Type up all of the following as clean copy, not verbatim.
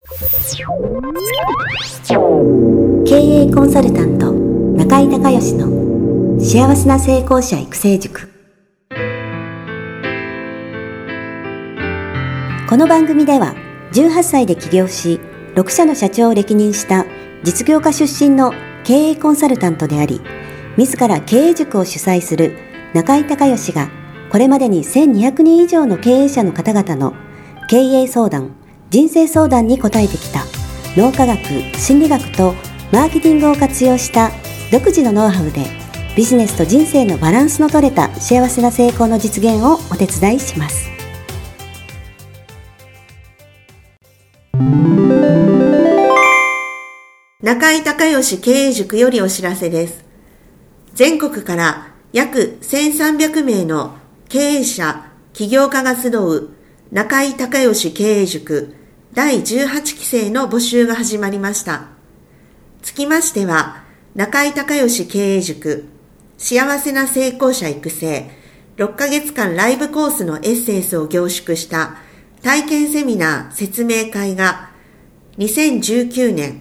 経営コンサルタント中井孝義の幸せな成功者育成塾。この番組では18歳で起業し6社の社長を歴任した実業家出身の経営コンサルタントであり、自ら経営塾を主催する中井孝義がこれまでに1200人以上の経営者の方々の経営相談、人生相談に応えてきた脳科学、心理学とマーケティングを活用した独自のノウハウでビジネスと人生のバランスの取れた幸せな成功の実現をお手伝いします。 中井孝義経営塾よりお知らせです。全国から約1300名の経営者、起業家が集う中井孝義経営塾第18期生の募集が始まりました。つきましては、中井孝義経営塾幸せな成功者育成6ヶ月間ライブコースのエッセンスを凝縮した体験セミナー説明会が2019年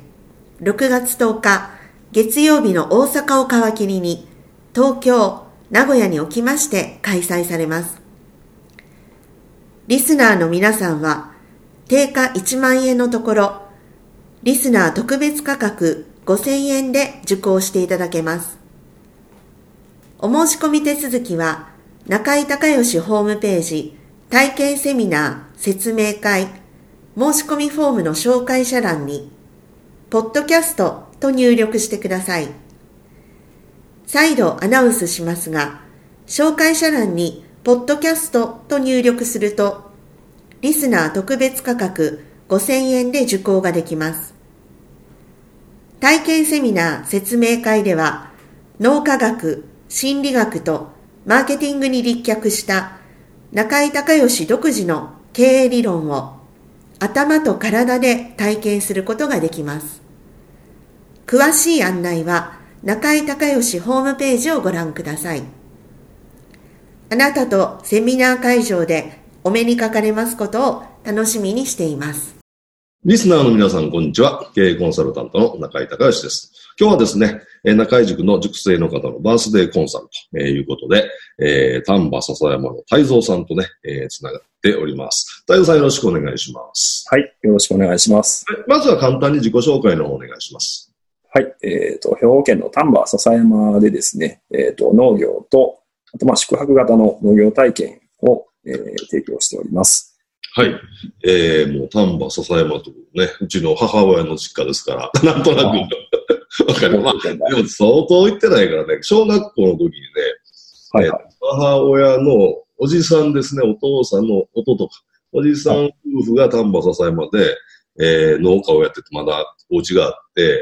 6月10日月曜日の大阪を皮切りに東京、名古屋におきまして開催されます。リスナーの皆さんは定価1万円のところ、リスナー特別価格5000円で受講していただけます。お申し込み手続きは中井孝義ホームページ体験セミナー説明会申し込みフォームの紹介者欄にポッドキャストと入力してください。再度アナウンスしますが、紹介者欄にポッドキャストと入力すると、リスナー特別価格5000円で受講ができます。体験セミナー説明会では、脳科学、心理学とマーケティングに立脚した中井孝義独自の経営理論を頭と体で体験することができます。詳しい案内は中井孝義ホームページをご覧ください。あなたとセミナー会場でお目にかかれますことを楽しみにしています。 リスナーの皆さん、こんにちは。経営コンサルタントの中井孝義です。今日はですね、中井塾の塾生の方のバースデーコンサルということで、丹波篠山の泰造さんとね、つながっております。泰造さん、よろしくお願いします。 はい、よろしくお願いします。 まずは簡単に自己紹介の方お願いします。 はい、兵庫県の丹波篠山でですね、農業と、あと宿泊型の農業体験を、提供しております。 はい。もう丹波篠山とね、うちの母親の実家ですから、なんとなくわかる。まあ、でも相当行ってないからね、小学校の時にね、はいはい、母親のおじさんですね、お父さんの弟か、おじさん夫婦が丹波篠山で、農家をやってて、まだお家があって、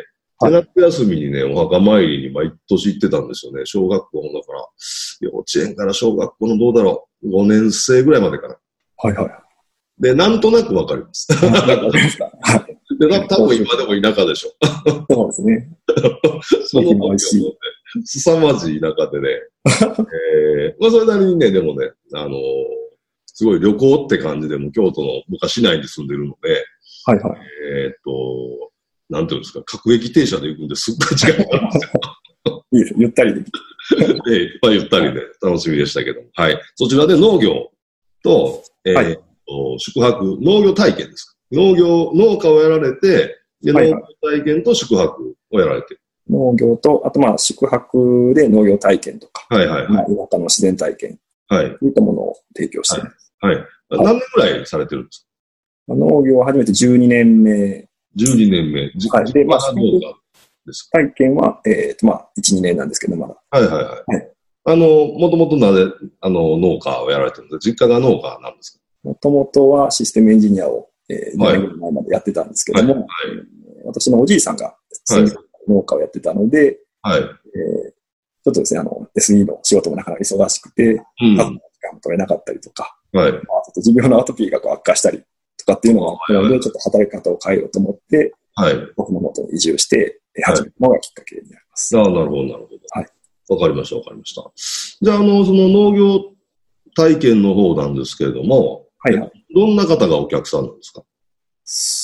夏休みにね、お墓参りに毎年行ってたんですよね。小学校の、だから、幼稚園から小学校のどうだろう、5年生ぐらいまでかな。はいはい。で、なんとなくわかります。で、多分今でも田舎でしょ。 そうですね。 その時はもうね、凄まじい田舎でね、まあそれなりにね、でもね、すごい旅行って感じでも京都の僕は市内に住んでるので、はいはい。なんていうんですか、各駅停車で行くんですっごい違うんですよ。 いいです、ゆったりできて。まあゆったりで楽しみでしたけど、はい。そちらで農業と、宿泊、農業体験ですか。農家をやられて、で、農業体験と宿泊をやられて。 農業と、あと宿泊で農業体験とか、はいはいはい。田舎の自然体験。はい。そういったものを提供しています。 はい。何年ぐらいされてるんですか？農業を始めて12年目。 12年目。 はい。で、体験は、1、2年なんですけど、まだ。 はいはいはい。もともとなぜ、農家をやられてるんですか？実家が農家なんですか？ もともとはシステムエンジニアを、2年ぐらい前までやってたんですけども、私のおじいさんが農家をやってたので、はい。ちょっとですね、SE の仕事もなかなか忙しくて、時間も取れなかったりとか、はい。ちょっと持病のアトピーが悪化したりとかっていうのがあったので、ちょっと働き方を変えようと思って、はい。僕の元に移住して、始めたのがきっかけになります。 なるほど、なるほど。はい。わかりました、わかりました。じゃあ、その農業体験の方なんですけれども、はいはい。どんな方がお客さんなんですか？ そう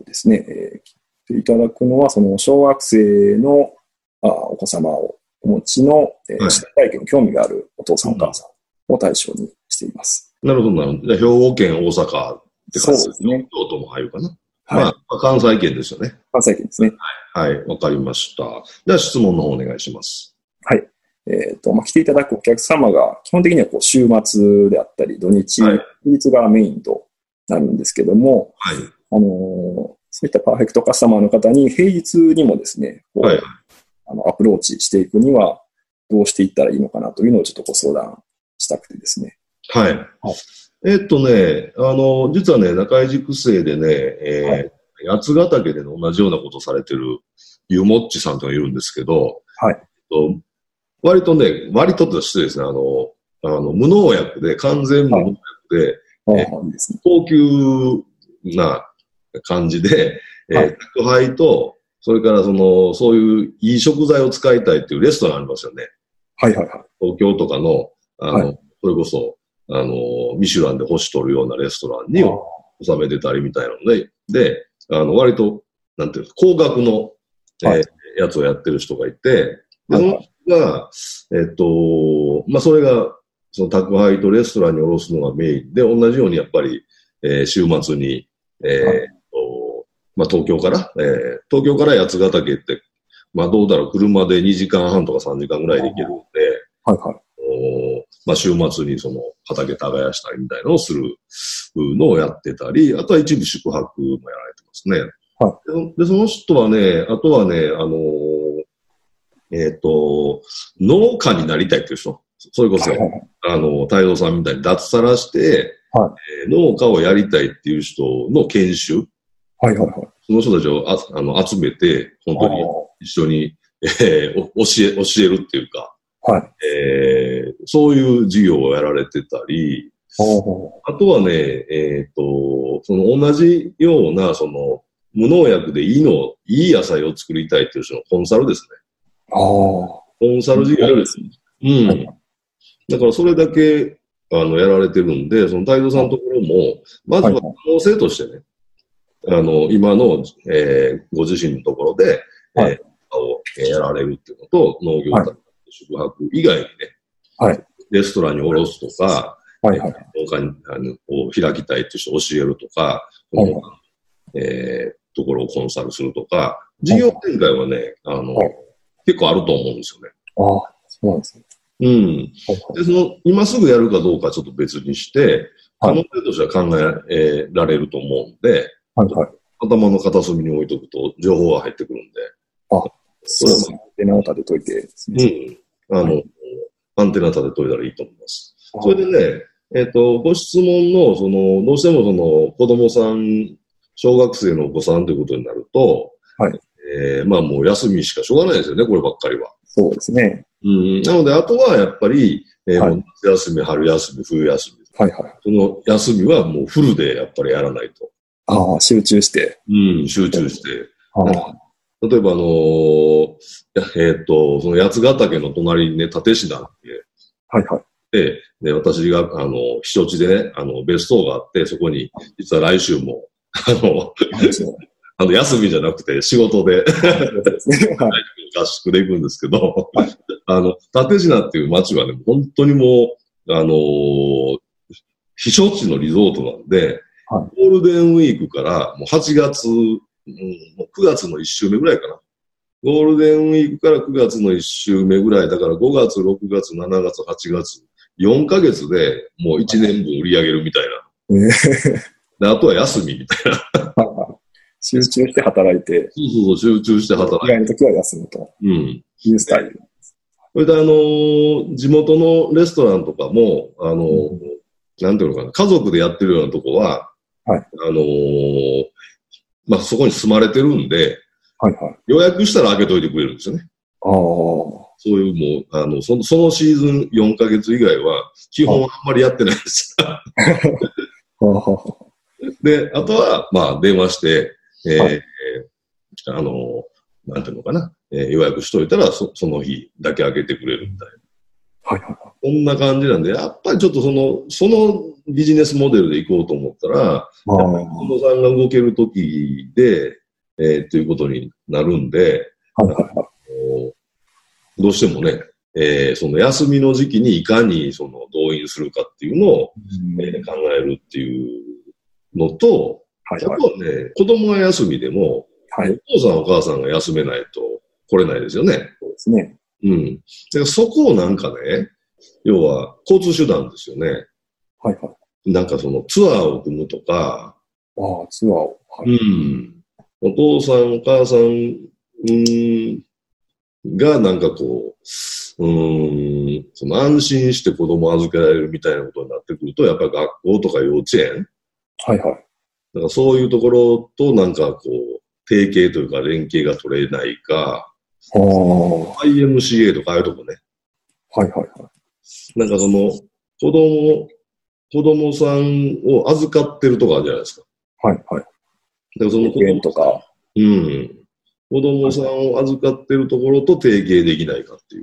ですね、来ていただくのは、その小学生のお子様をお持ちの、自然体験に興味があるお父さんお母さんを対象にしています。 なるほど、なるほど。兵庫県、大阪って感じですね。 京都も入るかな。 はい。 まあ、関西圏ですよね。 関西圏ですね。 はい、わかりました。では質問の方お願いします。 はい。来ていただくお客様が基本的には週末であったり土日、平日がメインとなるんですけども、はい。そういったパーフェクトカスタマーの方に平日にもですね、はい、アプローチしていくにはどうしていったらいいのかなというのをちょっとご相談したくてですね。 はい。はい、実はね、中井塾生でね、八ヶ岳で同じようなことをされてるゆもっちさんというのがいるんですけど、はい。割とって失礼ですね、無農薬で、完全無農薬で、高級な感じで、宅配と、それからそういういい食材を使いたいっていうレストランありますよね。 はいはいはい。 東京とかの、それこそ、ミシュランで星取るようなレストランに収めてたりみたいなので、割と、なんていうか、高額の、やつをやってる人がいて、で、その人が、まあ、それが、その宅配とレストランに卸すのがメインで、同じようにやっぱり、週末に、まあ、東京から八ヶ岳って、まあ、どうだろう、車で2時間半とか3時間ぐらいで行けるんで、はいはい。まあ、週末に畑耕したりみたいなのをするのをやってたり、あとは一部宿泊もやられてますね。はい。で、その人はね、あとはね、農家になりたいっていう人。それこそ、太蔵さんみたいに脱サラして、農家をやりたいっていう人の研修。はいはいはい。その人たちを集めて、本当に一緒に、教えるっていうか、はい。そういう事業をやられてたり、あとはね、同じような、無農薬でいい野菜を作りたいっていう人のコンサルですね。コンサル事業ですね。うん。だからそれだけ、やられてるんで、太蔵さんのところも、まずは可能性としてね、今の、ご自身のところで、やられるっていうのと、農業宿泊以外にね、はい。レストランに卸すとか、はいはい。農家を開きたいっていう人を教えるとか、はいはい。ところをコンサルするとか、事業展開はね、結構あると思うんですよね。 ああ、そうなんですね。 うん。で、今すぐやるかどうかちょっと別にして、可能性としては考えられると思うんで、はいはい。頭の片隅に置いとくと情報が入ってくるんで。 あ、そうですね。アンテナを立てといてですね。 うん。アンテナ立てといたらいいと思います。それでね、ご質問の、どうしても子供さん、小学生のお子さんということになると、はい。まあもう休みしかしょうがないですよね、こればっかりは。 そうですね。 うん。なので、あとはやっぱり、夏休み、春休み、冬休み。はいはい。その休みはもうフルでやっぱりやらないと。 ああ、集中して。 うん、集中して。例えばその八ヶ岳の隣にね、立石なんて。はいはい。で、私が、避暑地でね、別荘があって、そこに、実は来週も、休みじゃなくて仕事で、合宿で行くんですけど、立石っていう街はね、本当にもう、避暑地のリゾートなんで、ゴールデンウィークからもう8月、もう9月の1週目ぐらいかな。ゴールデンウィークから9月の1週目ぐらいだから5月、6月、7月、8月、4ヶ月でもう1年分売り上げるみたいな。で、あとは休みみたいな。 集中して働いて。 そう、集中して働いて。 意外の時は休むと。うん。いうスタイル。 それで地元のレストランとかも、なんていうのかな、家族でやってるようなとこは、はい。まあ、そこに住まれてるんで、はいはい。予約したら開けといてくれるんですよね。ああ。そういうもう、そのシーズン4ヶ月以外は、基本はあんまりやってないです。で、あとは、まあ、電話して、なんていうのかな、予約しといたら、その日だけ開けてくれるみたいはいはい。 こんな感じなんで、やっぱりちょっとそのビジネスモデルで行こうと思ったら、やっぱり子供さんが動けるときで、ということになるんで、 はいはいはい。 どうしてもね、その休みの時期にいかにその動員するかっていうのを、考えるっていうのと、 はいはい、 あとはね、子供が休みでも、 はい、 お父さんお母さんが休めないと来れないですよね。 そうですね。 うん。だからそこをなんかね、要は交通手段ですよね。 はいはい。 なんかそのツアーを組むとか、 ああ、ツアーを。はい、 うん。お父さんお母さん、がなんかこう、その安心して子供を預けられるみたいなことになってくると、やっぱり学校とか幼稚園、 はいはい。 だからそういうところとなんかこう、提携というか連携が取れないか、IMCA とかああいうとこね。 はいはいはい。 なんかその、子供さんを預かってるとこあるじゃないですか。 はいはい。 だからその保育園とか。 うん。子供さんを預かってるところと提携できないかっていう。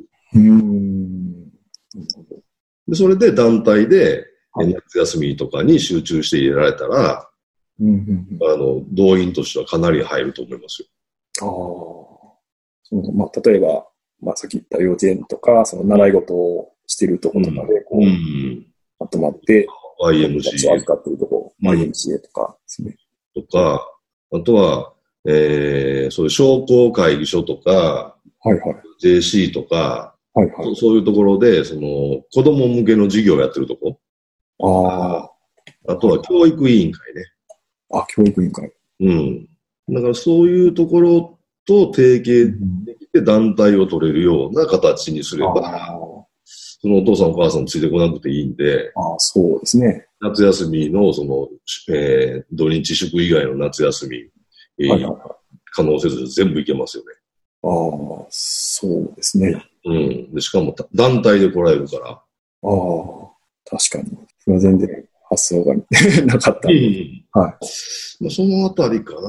でそれで団体で、夏休みとかに集中して入れられたら、動員としてはかなり入ると思いますよ。まあ、例えば、まあ、さっき言った幼稚園とか、その習い事をしてるところとかで、こう、まとまって、 YMCA を預かってるところ、YMCA とかですね。 とか、あとは、そういう商工会議所とか、 はいはい。 JC とか、 はいはい。 そういうところで、その、子供向けの授業をやってるとこ。あとは教育委員会ね。 教育委員会。 うん。だからそういうところと提携できて団体を取れるような形にすれば、そのお父さんお母さんついてこなくていいんで、 そうですね。 夏休みのその、土日祝以外の夏休み、可能性として全部いけますよね。 そうですね。 うん。で、しかも団体で来られるから。 確かに。それは全然発想がなかったんで。はい。 そのあたりかな。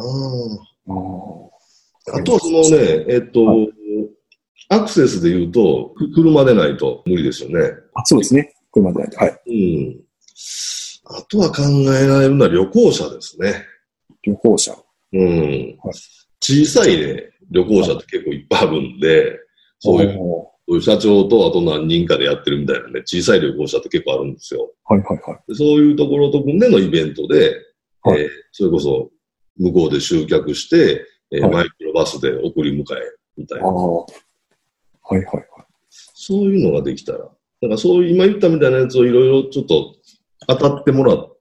あとはそのね、アクセスで言うと、車でないと無理ですよね。 そうですね。車でないと。はい。 あとは考えられるのは旅行者ですね。 旅行者。 小さいね、旅行者って結構いっぱいあるんで、そういう社長とあと何人かでやってるみたいなね、小さい旅行者って結構あるんですよ。そういうところと組んでのイベントで、それこそ向こうで集客して、マイクロバスで送り迎えみたいな。そういうのができたら。だからそういう今言ったみたいなやつをいろいろちょっと当たってもらって、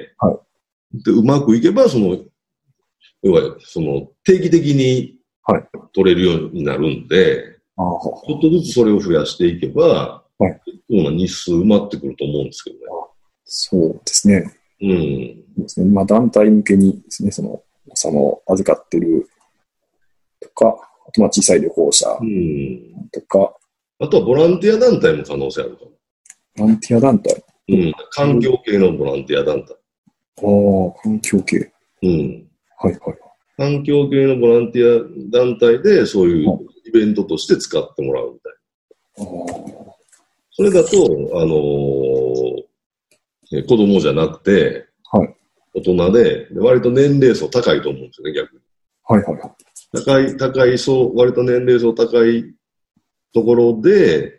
でうまくいけば、要はその定期的に取れるようになるんで、ちょっとずつそれを増やしていけば、結構な日数埋まってくると思うんですけどね。 そうですね。ですね。まあ団体向けにですね、預かってるとか、あとまあ小さい旅行者とか、 あとはボランティア団体も可能性あるかも。 ボランティア団体？ 環境系のボランティア団体。 環境系。 環境系のボランティア団体でそういうイベントとして使ってもらうみたいな。それだと、子供じゃなくて、大人で、割と年齢層高いと思うんですよね、逆に。割と年齢層高いところで、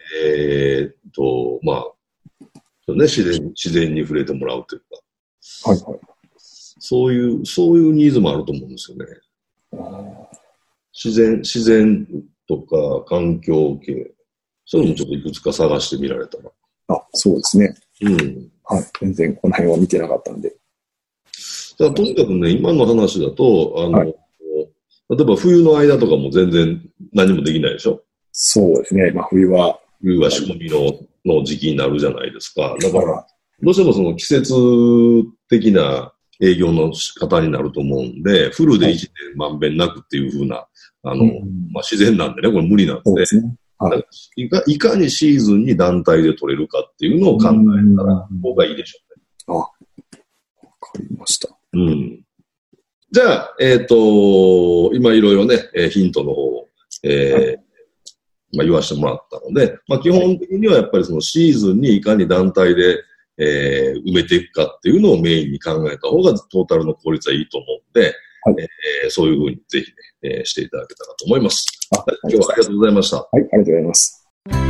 まあ、自然に触れてもらうというか。そういうニーズもあると思うんですよね。自然とか環境系。そういうのもちょっといくつか探してみられたら。 そうですね。全然この辺は見てなかったんで。 とにかくね、今の話だと、例えば冬の間とかも全然何もできないでしょ？ そうですね。まあ冬は仕込みの時期になるじゃないですか。だから、どうしてもその季節的な営業の仕方になると思うんで、フルで1年まんべんなくっていう風な、まあ自然なんでね、これ無理なんで、いかにシーズンに団体で取れるかっていうのを考えたら、方がいいでしょうね。 わかりました。 じゃあ、今いろいろね、ヒントの方を、 言わせてもらったので、基本的にはやっぱりそのシーズンにいかに団体で、埋めていくかっていうのをメインに考えた方がトータルの効率はいいと思うんで、そういうふうにぜひね、していただけたらと思います。今日はありがとうございました。 はい、ありがとうございます。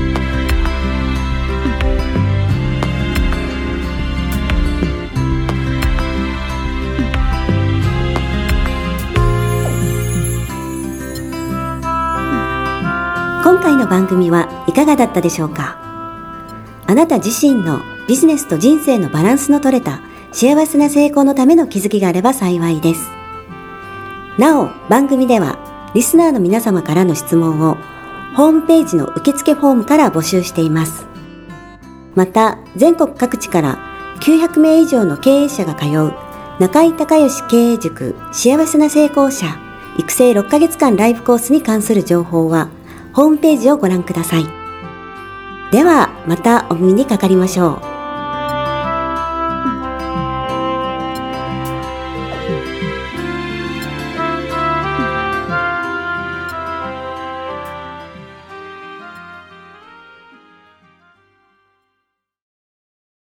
今回の番組はいかがだったでしょうか。あなた自身のビジネスと人生のバランスの取れた幸せな成功のための気づきがあれば幸いです。なお、番組ではリスナーの皆様からの質問をホームページの受付フォームから募集しています。また、全国各地から900名以上の経営者が通う中井孝義経営塾幸せな成功者育成6ヶ月間ライブコースに関する情報はホームページをご覧ください。ではまたお耳にかかりましょう。